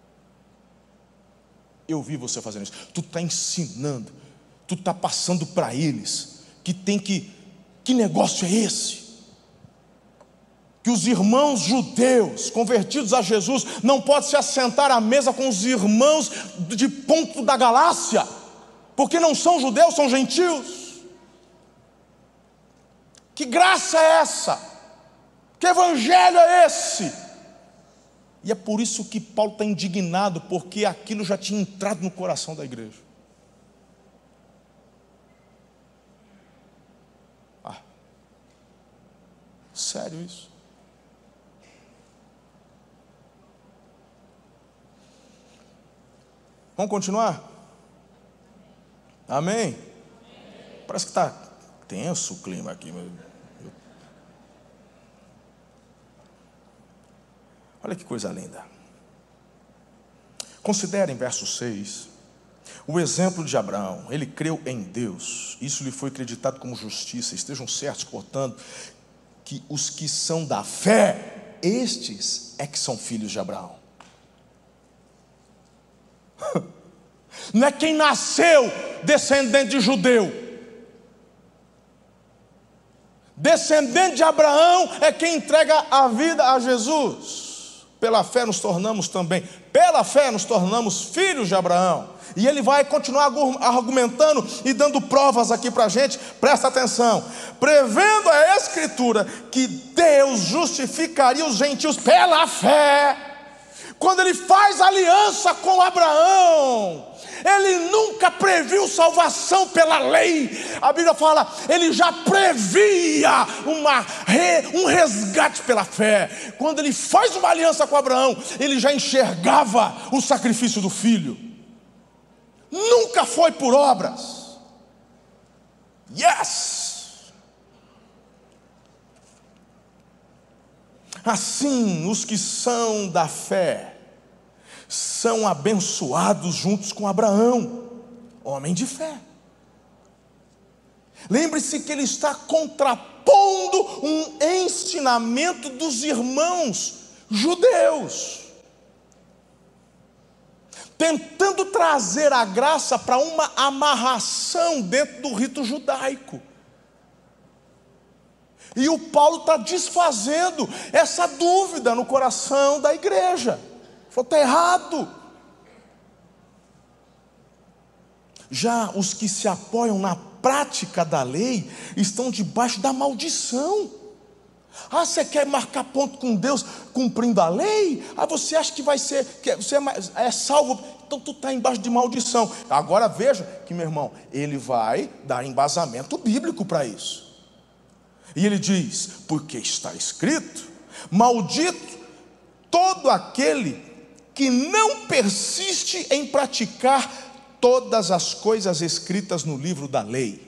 Eu vi você fazendo isso. Tu está ensinando, tu está passando para eles que tem que, que negócio é esse? que os irmãos judeus convertidos a Jesus não podem se assentar à mesa com os irmãos de Ponto da Galácia, porque não são judeus, são gentios. Que graça é essa? Que evangelho é esse? E é por isso que Paulo está indignado, porque aquilo já tinha entrado no coração da igreja. Ah, sério isso? Vamos continuar? Amém? Amém. Parece que está tenso o clima aqui. Olha que coisa linda. Considerem verso seis, o exemplo de Abraão. Ele creu em Deus, isso lhe foi acreditado como justiça. Estejam certos, portanto, que os que são da fé, estes é que são filhos de Abraão. Não é quem nasceu descendente de judeu. Descendente de Abraão é quem entrega a vida a Jesus. Pela fé nos tornamos também, pela fé nos tornamos filhos de Abraão. E ele vai continuar argumentando e dando provas aqui para a gente. Presta atenção. Prevendo a Escritura que Deus justificaria os gentios pela fé, quando ele faz aliança com Abraão, ele nunca previu salvação pela lei. A Bíblia fala, ele já previa uma, um resgate pela fé. Quando ele faz uma aliança com Abraão, ele já enxergava o sacrifício do filho. Nunca foi por obras. Yes! Assim, os que são da fé são abençoados juntos com Abraão, homem de fé. Lembre-se que ele está contrapondo um ensinamento dos irmãos judeus, tentando trazer a graça para uma amarração dentro do rito judaico. E o Paulo está desfazendo essa dúvida no coração da igreja. Falou, está errado. Já os que se apoiam na prática da lei estão debaixo da maldição. Ah, você quer marcar ponto com Deus cumprindo a lei? Ah, você acha que vai ser, que você é, é salvo? Então tu está embaixo de maldição. Agora veja que, meu irmão, ele vai dar embasamento bíblico para isso. E ele diz, porque está escrito, maldito todo aquele que não persiste em praticar todas as coisas escritas no livro da lei.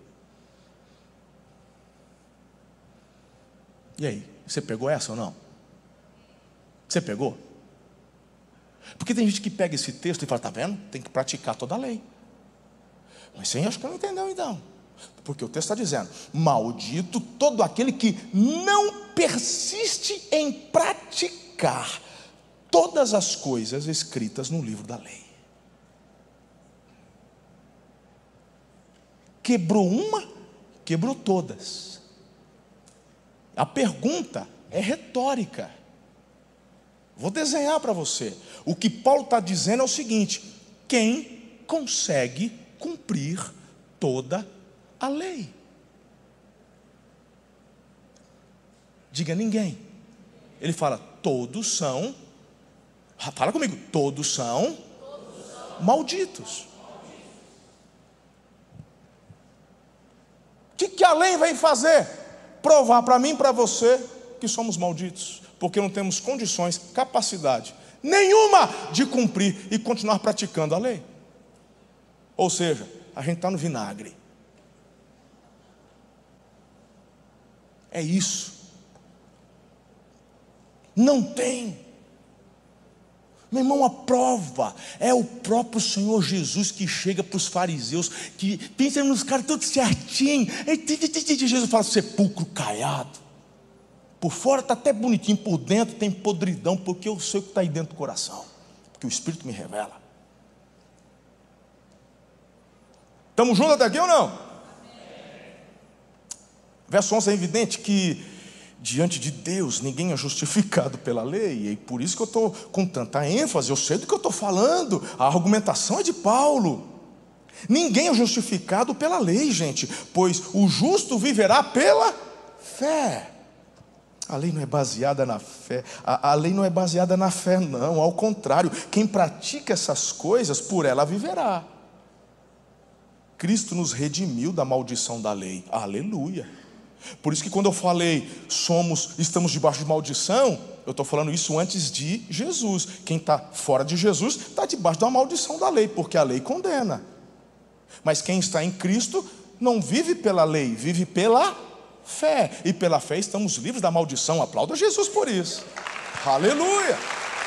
E aí, você pegou essa ou não? Você pegou? Porque tem gente que pega esse texto e fala, está vendo? Tem que praticar toda a lei. Mas você acha que não entendeu então. Porque o texto está dizendo, maldito todo aquele que não persiste em praticar todas as coisas escritas no livro da lei. Quebrou uma, quebrou todas. A pergunta é retórica. Vou desenhar para você. O que Paulo está dizendo é o seguinte: quem consegue cumprir toda a lei? Diga ninguém. Ele fala, todos são, fala comigo, todos são, todos são malditos. O que, que a lei vem fazer? Provar para mim e para você que somos malditos, porque não temos condições, capacidade nenhuma de cumprir e continuar praticando a lei. Ou seja, a gente está no vinagre. É isso. Não tem. Meu irmão, a prova é o próprio Senhor Jesus que chega para os fariseus, que pensa nos caras todos certinho. E Jesus fala, sepulcro caiado. Por fora está até bonitinho, por dentro tem podridão, porque eu sei o que está aí dentro do coração, porque o Espírito me revela. Estamos juntos até aqui ou não? Verso onze é evidente que diante de Deus ninguém é justificado pela lei, e por isso que eu estou com tanta ênfase, eu sei do que eu estou falando, a argumentação é de Paulo. Ninguém é justificado pela lei, gente, pois o justo viverá pela fé. A lei não é baseada na fé, a, a lei não é baseada na fé não, ao contrário, quem pratica essas coisas, por ela viverá. Cristo nos redimiu da maldição da lei, aleluia. Por isso que quando eu falei, somos, estamos debaixo de maldição, eu estou falando isso antes de Jesus. Quem está fora de Jesus está debaixo da maldição da lei, porque a lei condena. Mas quem está em Cristo não vive pela lei, vive pela fé. E pela fé estamos livres da maldição. Aplauda Jesus por isso. Aleluia.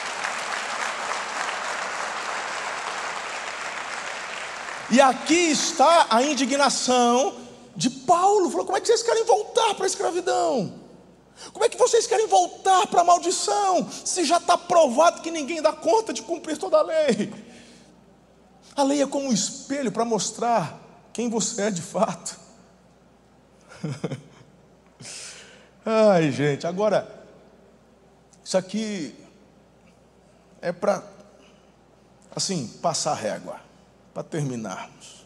E aqui está a indignação de Paulo. Falou: como é que vocês querem voltar para a escravidão? Como é que vocês querem voltar para a maldição, se já está provado que ninguém dá conta de cumprir toda a lei? A lei é como um espelho para mostrar quem você é de fato. Ai, gente, agora, isso aqui é para, assim, passar a régua, para terminarmos.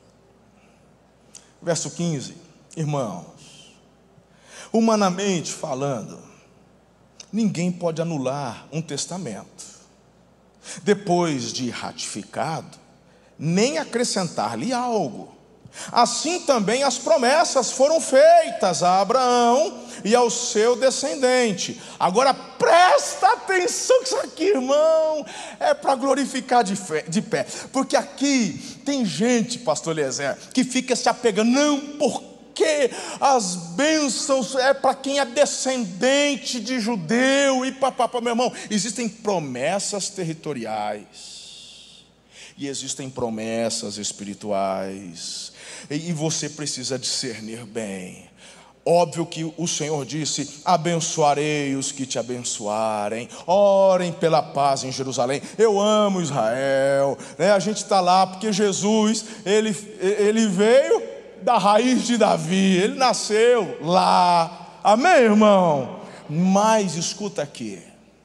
Verso quinze, irmãos, humanamente falando, ninguém pode anular um testamento, depois de ratificado, nem acrescentar-lhe algo. Assim também as promessas foram feitas a Abraão e ao seu descendente. Agora presta atenção que isso aqui, irmão, é para glorificar de, fé, de pé. Porque aqui tem gente, pastor Eliezer, que fica se apegando, não, porque as bênçãos é para quem é descendente de judeu e papapá. Meu irmão, existem promessas territoriais e existem promessas espirituais, e você precisa discernir bem. Óbvio que o Senhor disse: abençoarei os que te abençoarem, orem pela paz em Jerusalém. Eu amo Israel, né? A gente está lá porque Jesus, ele, ele veio da raiz de Davi, ele nasceu lá, amém, irmão? Mas escuta aqui,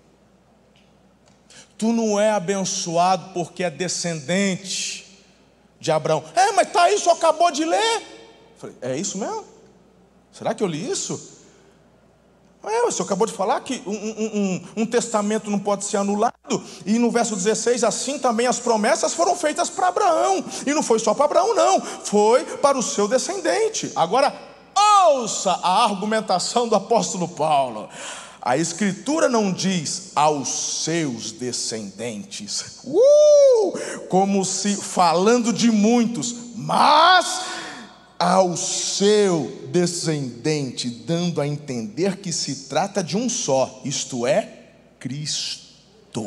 tu não é abençoado porque é descendente de Abraão. É, mas está aí, só acabou de ler. Falei, é isso mesmo? Será que eu li isso? É, o senhor acabou de falar que um, um, um, um testamento não pode ser anulado. E no verso dezesseis, assim também as promessas foram feitas para Abraão. E não foi só para Abraão não, foi para o seu descendente. Agora ouça a argumentação do apóstolo Paulo. A escritura não diz aos seus descendentes, uh, como se falando de muitos, mas ao seu descendente, dando a entender que se trata de um só, isto é, Cristo.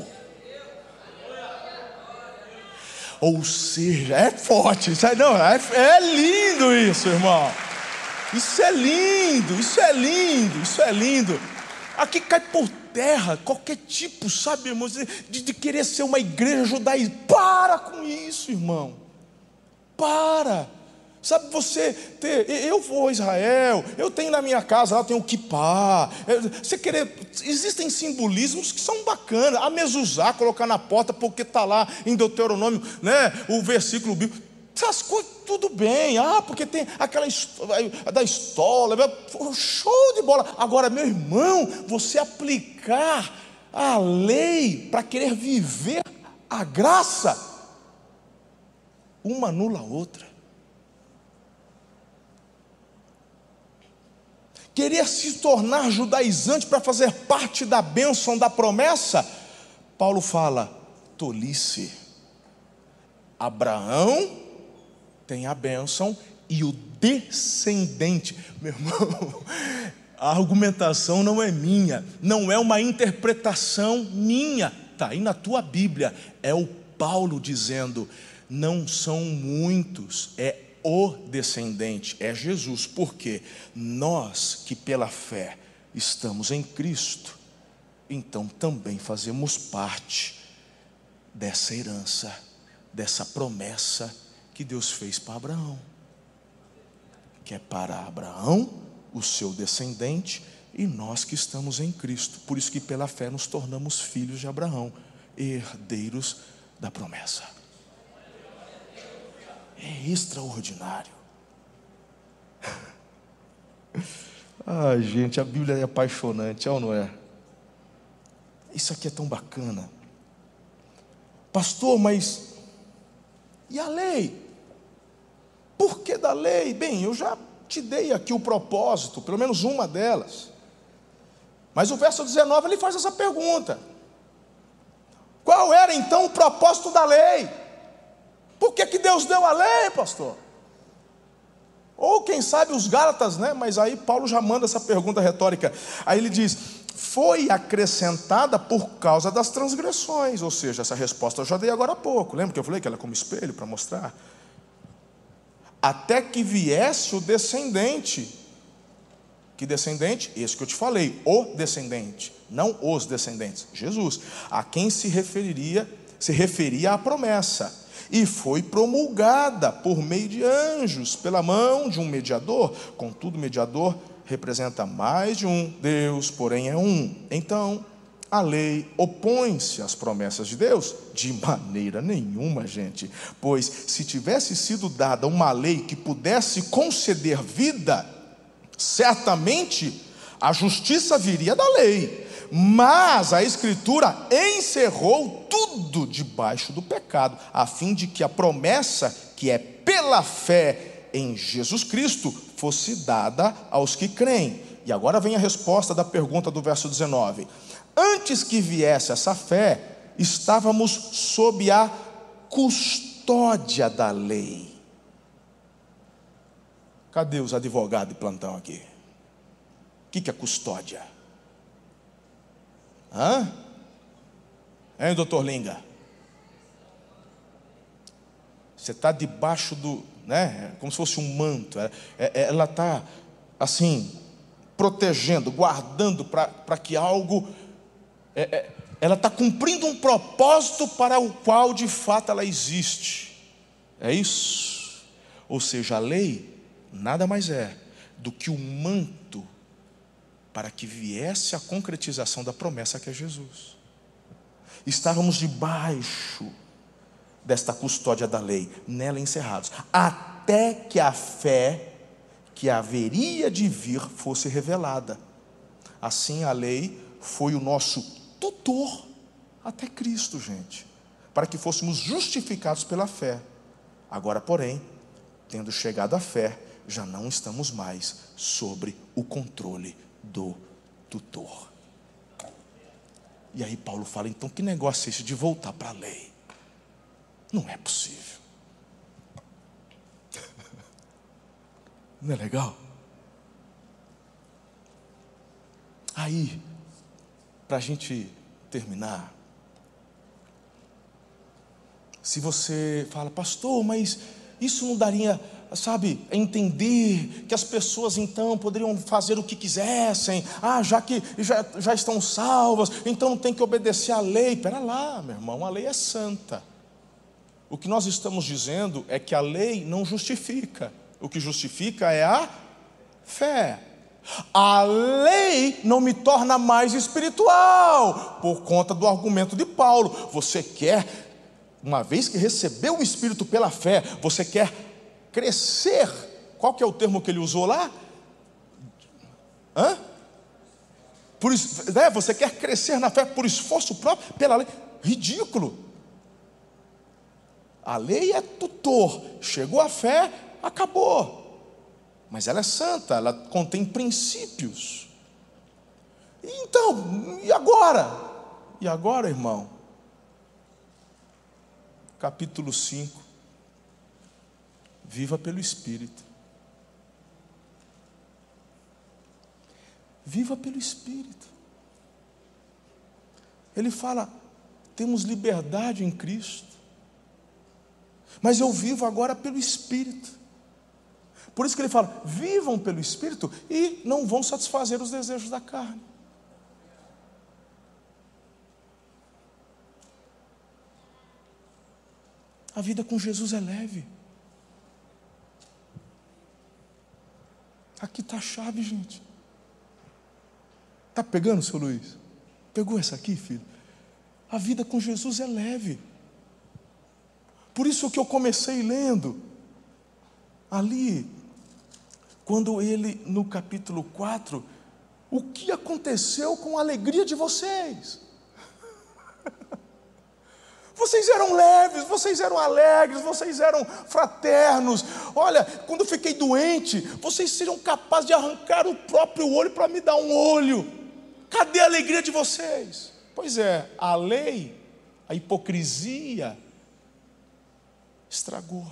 Ou seja, é forte, isso é, não, é, é lindo isso, irmão. Isso é lindo, isso é lindo, isso é lindo. Aqui cai por terra qualquer tipo, sabe, irmão, de, de querer ser uma igreja judaica. Para com isso, irmão. Para. Sabe, você ter, eu vou a Israel, eu tenho na minha casa, lá eu tenho o kippá. Você querer, existem simbolismos que são bacanas. A mezuzá, colocar na porta, porque está lá em Deuteronômio, né, o versículo bíblico. Essas coisas, tudo bem. Ah, porque tem aquela da estola, show de bola. Agora, meu irmão, você aplicar a lei para querer viver a graça, uma anula a outra. Querer se tornar judaizante para fazer parte da bênção da promessa, Paulo fala, tolice. Abraão tem a bênção e o descendente, meu irmão, a argumentação não é minha, não é uma interpretação minha, está aí na tua Bíblia, é o Paulo dizendo, não são muitos, é o descendente, é Jesus. Porque nós que pela fé estamos em Cristo, então também fazemos parte dessa herança, dessa promessa que Deus fez para Abraão, que é para Abraão, o seu descendente, e nós que estamos em Cristo. Por isso que pela fé nos tornamos filhos de Abraão, herdeiros da promessa. É extraordinário. Ah, gente, a Bíblia é apaixonante, é ou não é? Isso aqui é tão bacana. Pastor, mas e a lei? Por que da lei? Bem, eu já te dei aqui o propósito, pelo menos uma delas. Mas o verso dezenove, ele faz essa pergunta: qual era então o propósito da lei? Por que que Deus deu a lei, pastor? Ou quem sabe os Gálatas, né? Mas aí Paulo já manda essa pergunta retórica. Aí ele diz: foi acrescentada por causa das transgressões. Ou seja, essa resposta eu já dei agora há pouco. Lembra que eu falei que ela é como espelho para mostrar? Até que viesse o descendente. Que descendente? Esse que eu te falei, o descendente, não os descendentes, Jesus, a quem se referiria, se referia a promessa. E foi promulgada por meio de anjos, pela mão de um mediador. Contudo, o mediador representa mais de um, Deus, porém, é um. Então, a lei opõe-se às promessas de Deus? De maneira nenhuma, gente. Pois, se tivesse sido dada uma lei que pudesse conceder vida, certamente a justiça viria da lei. Mas a Escritura encerrou tudo debaixo do pecado, a fim de que a promessa, que é pela fé em Jesus Cristo, fosse dada aos que creem. E agora vem a resposta da pergunta do verso dezenove. Antes que viesse essa fé, estávamos sob a custódia da lei. Cadê os advogados de plantão aqui? O que que é custódia? Hã? Hein, doutor Linga? Você está debaixo do, né? Como se fosse um manto. É, é, ela está assim, protegendo, guardando para que algo. É, é, ela está cumprindo um propósito para o qual de fato ela existe. É isso? Ou seja, a lei nada mais é do que o manto para que viesse a concretização da promessa que é Jesus. Estávamos debaixo desta custódia da lei, nela encerrados, até que a fé que haveria de vir fosse revelada. Assim a lei foi o nosso tutor até Cristo, gente, para que fôssemos justificados pela fé. Agora, porém, tendo chegado à fé, já não estamos mais sobre o controle do tutor. E aí Paulo fala, então que negócio é esse de voltar para a lei? Não é possível. Não é legal? Aí, para a gente terminar, se você fala, pastor, mas isso não daria, sabe, a entender que as pessoas então poderiam fazer o que quisessem, ah, já que já, já estão salvas, então não tem que obedecer à lei. Espera lá, meu irmão, a lei é santa. O que nós estamos dizendo é que a lei não justifica, o que justifica é a fé. A lei não me torna mais espiritual, por conta do argumento de Paulo. Você quer, uma vez que recebeu o Espírito pela fé, você quer crescer. Qual que é o termo que ele usou lá? Hã? Por, né? Você quer crescer na fé por esforço próprio, pela lei. Ridículo. A lei é tutor. Chegou a fé, acabou. Mas ela é santa, ela contém princípios. Então, e agora? E agora, irmão? Capítulo cinco. Viva pelo Espírito. Viva pelo Espírito. Ele fala, temos liberdade em Cristo, mas eu vivo agora pelo Espírito. Por isso que ele fala, vivam pelo Espírito e não vão satisfazer os desejos da carne. A vida com Jesus é leve. Aqui está a chave, gente. Está pegando, seu Luiz? Pegou essa aqui, filho? A vida com Jesus é leve. Por isso que eu comecei lendo ali, quando ele, no capítulo quatro, o que aconteceu com a alegria de vocês? Vocês eram leves, vocês eram alegres, vocês eram fraternos. Olha, quando eu fiquei doente, vocês seriam capazes de arrancar o próprio olho para me dar um olho. Cadê a alegria de vocês? Pois é, a lei, a hipocrisia, estragou.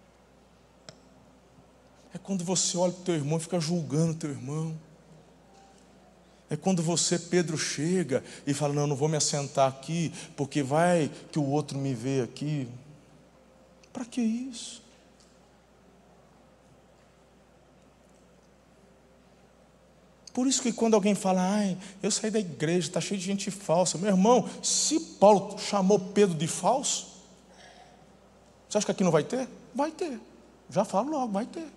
É quando você olha para o teu irmão e fica julgando o teu irmão. É quando você, Pedro, chega e fala, não, não vou me assentar aqui, porque vai que o outro me vê aqui. Para que isso? Por isso que quando alguém fala, ai, eu saí da igreja, está cheio de gente falsa. Meu irmão, se Paulo chamou Pedro de falso, você acha que aqui não vai ter? Vai ter. Já falo logo, vai ter.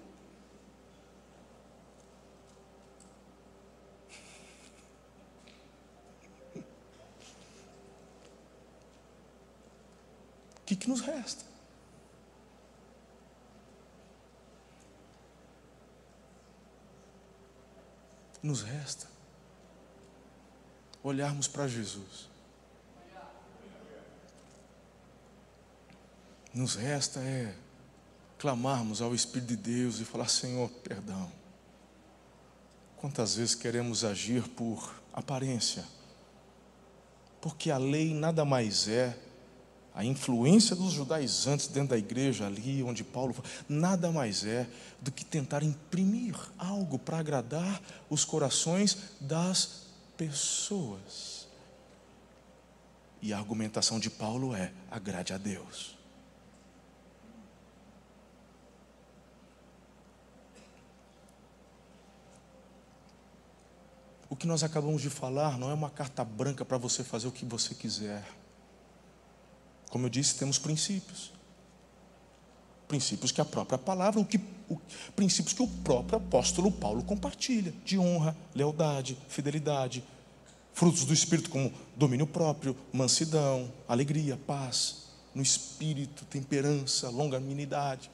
O que, que nos resta? Nos resta olharmos para Jesus. Nos resta é clamarmos ao Espírito de Deus e falar, Senhor, perdão. Quantas vezes queremos agir por aparência? Porque a lei nada mais é, a influência dos judaizantes dentro da igreja ali, onde Paulo, nada mais é do que tentar imprimir algo para agradar os corações das pessoas. E a argumentação de Paulo é, agrade a Deus. O que nós acabamos de falar não é uma carta branca para você fazer o que você quiser. Como eu disse, temos princípios. Princípios que a própria palavra, o que, o, princípios que o próprio apóstolo Paulo compartilha, de honra, lealdade, fidelidade, frutos do Espírito como domínio próprio, mansidão, alegria, paz, no Espírito, temperança, longanimidade.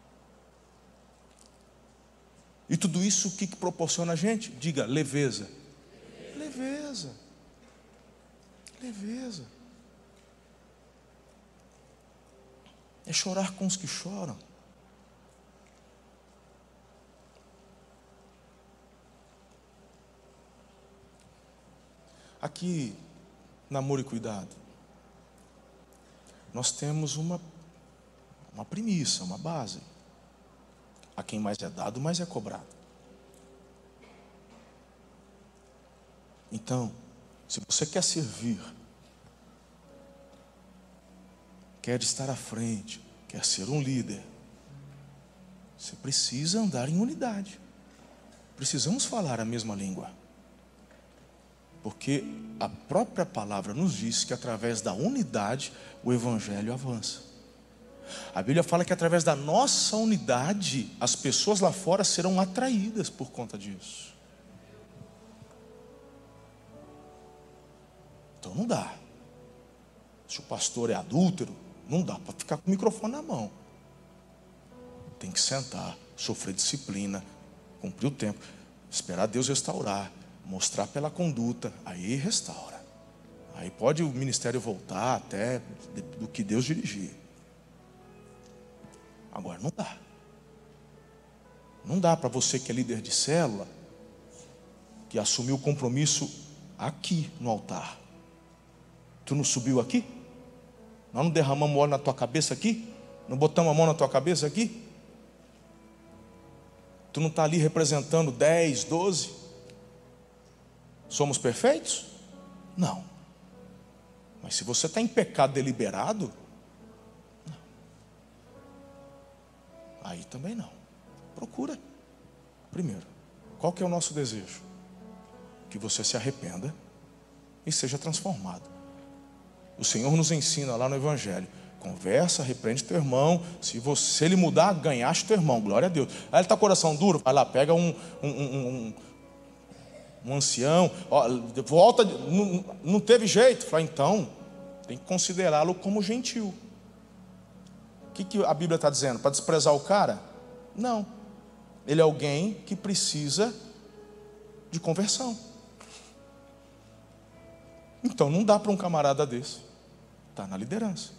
E tudo isso o que, que proporciona a gente? Diga, leveza. Leveza. Leveza. É chorar com os que choram. Aqui, namoro e cuidado, nós temos uma, uma premissa, uma base. A quem mais é dado, mais é cobrado. Então, se você quer servir, quer estar à frente, quer ser um líder, você precisa andar em unidade. Precisamos falar a mesma língua. Porque a própria palavra nos diz que através da unidade o evangelho avança. A Bíblia fala que através da nossa unidade as pessoas lá fora serão atraídas por conta disso. Então não dá. Se o pastor é adúltero, não dá para ficar com o microfone na mão. Tem que sentar, sofrer disciplina, cumprir o tempo, esperar Deus restaurar, mostrar pela conduta, aí restaura. Aí pode o ministério voltar até do que Deus dirigir. Agora não dá. Não dá para você que é líder de célula, que assumiu o compromisso aqui no altar. Tu não subiu aqui? Nós não derramamos óleo na tua cabeça aqui? Não botamos a mão na tua cabeça aqui? Tu não está ali representando dez, doze? Somos perfeitos? Não. Mas se você está em pecado deliberado, não. Aí também não. Procura. Primeiro, qual que é o nosso desejo? Que você se arrependa e seja transformado. O Senhor nos ensina lá no Evangelho. Conversa, repreende teu irmão. Se você se ele mudar, ganhaste teu irmão. Glória a Deus. Aí ele está com o coração duro, vai lá, pega um, um, um, um um ancião, ó, volta, não, não teve jeito. Falei, então, tem que considerá-lo como gentil. O que, que a Bíblia está dizendo? Para desprezar o cara? Não. Ele é alguém que precisa de conversão. Então não dá para um camarada desse. Está na liderança.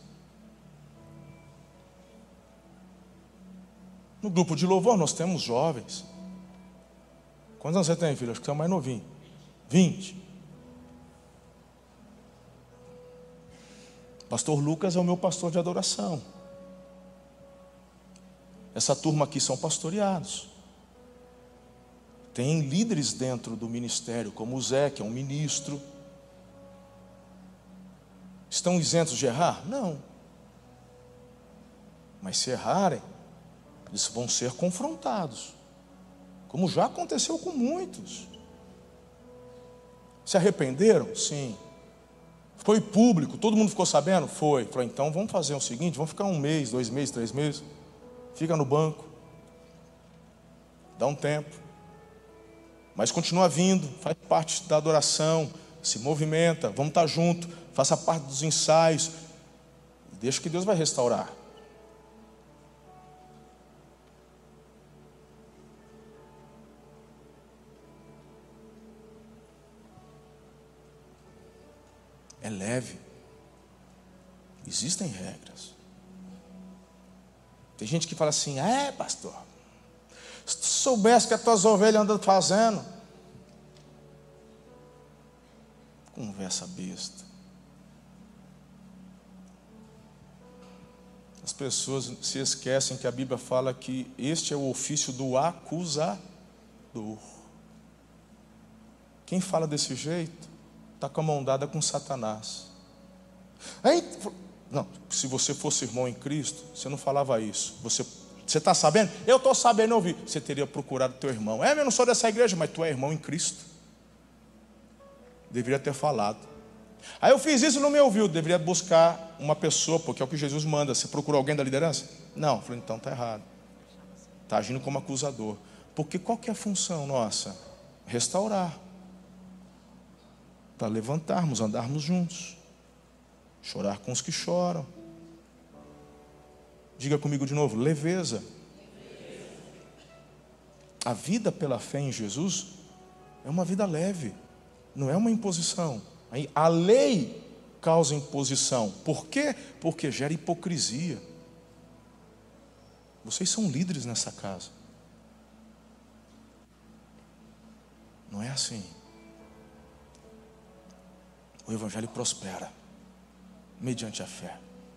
No grupo de louvor nós temos jovens. Quantos anos você tem, filho? Acho que você é o mais novinho. vinte. Pastor Lucas é o meu pastor de adoração. Essa turma aqui são pastoreados. Tem líderes dentro do ministério, como o Zé, que é um ministro. Estão isentos de errar? Não. Mas se errarem, eles vão ser confrontados, como já aconteceu com muitos. Se arrependeram? Sim. Foi público, todo mundo ficou sabendo? Foi. Falei, então vamos fazer o seguinte, vamos ficar um mês, dois meses, três meses, fica no banco, dá um tempo, mas continua vindo, faz parte da adoração, se movimenta, vamos estar junto, faça parte dos ensaios, deixa que Deus vai restaurar. É leve. Existem regras. Tem gente que fala assim, ah, é pastor, se tu soubesse que as tuas ovelhas andam fazendo. Conversa besta. As pessoas se esquecem que a Bíblia fala que este é o ofício do acusador. Quem fala desse jeito está com a mão dada com Satanás. Aí, não, se você fosse irmão em Cristo, você não falava isso. Você está sabendo? Eu estou sabendo ouvir. Você teria procurado teu irmão. É, eu não sou dessa igreja, mas tu é irmão em Cristo. Deveria ter falado. Aí eu fiz isso e não me ouviu. Deveria buscar uma pessoa, porque é o que Jesus manda. Você procurou alguém da liderança? Não. Eu falei, então está errado. Está agindo como acusador. Porque qual que é a função nossa? Restaurar. Para levantarmos, andarmos juntos. Chorar com os que choram. Diga comigo de novo, leveza. A vida pela fé em Jesus é uma vida leve, não é uma imposição. A lei causa imposição. Por quê? Porque gera hipocrisia. Vocês são líderes nessa casa. Não é assim. O evangelho prospera mediante a fé.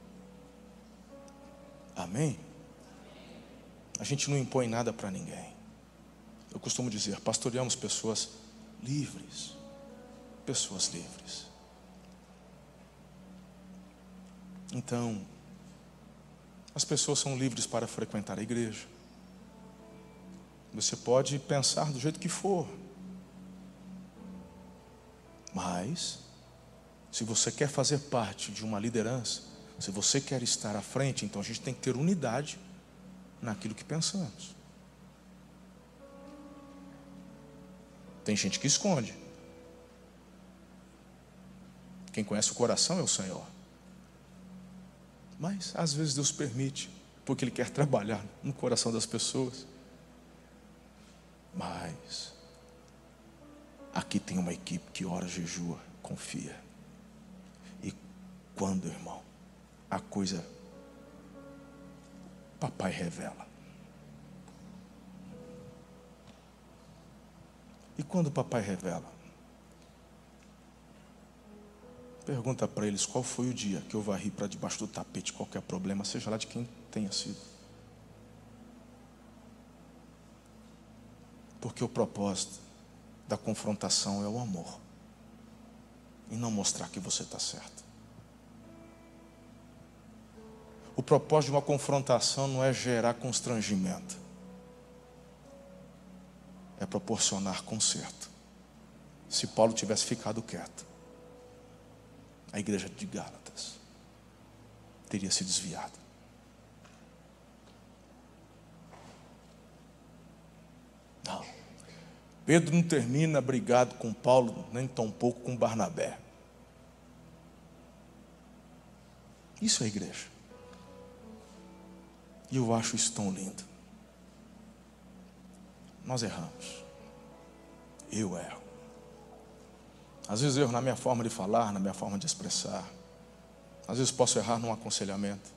Amém? A gente não impõe nada para ninguém. Eu costumo dizer, pastoreamos pessoas livres. Pessoas livres. Então, as pessoas são livres para frequentar a igreja. Você pode pensar do jeito que for. Mas, se você quer fazer parte de uma liderança, se você quer estar à frente, então a gente tem que ter unidade naquilo que pensamos. Tem gente que esconde. Quem conhece o coração é o Senhor. Mas às vezes Deus permite, porque Ele quer trabalhar no coração das pessoas. Mas aqui tem uma equipe que ora, jejua, confia. E quando, irmão, a coisa, papai revela. E quando o papai revela? Pergunta para eles qual foi o dia que eu varri para debaixo do tapete qualquer problema, seja lá de quem tenha sido. Porque o propósito da confrontação é o amor. E não mostrar que você está certo. O propósito de uma confrontação não é gerar constrangimento. É proporcionar conserto. Se Paulo tivesse ficado quieto, a igreja de Gálatas teria se desviado. Não. Pedro não termina brigado com Paulo, nem tão pouco com Barnabé. Isso é igreja. E eu acho isso tão lindo. Nós erramos. Eu erro. Às vezes eu erro na minha forma de falar, na minha forma de expressar. Às vezes posso errar num aconselhamento.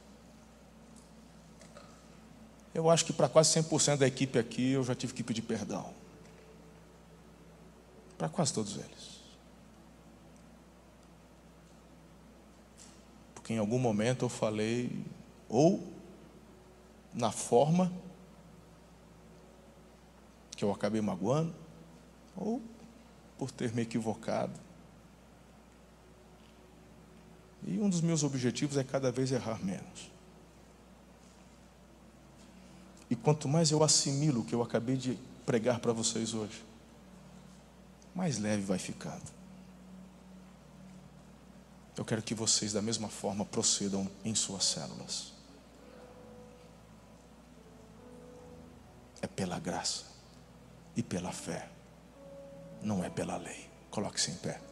Eu acho que para quase cem por cento da equipe aqui eu já tive que pedir perdão. Para quase todos eles. Porque em algum momento eu falei, ou na forma que eu acabei magoando, ou por ter me equivocado. E um dos meus objetivos é cada vez errar menos. E quanto mais eu assimilo o que eu acabei de pregar para vocês hoje, mais leve vai ficando. Eu quero que vocês da mesma forma procedam em suas células. É pela graça e pela fé, não é pela lei. Coloque-se em pé.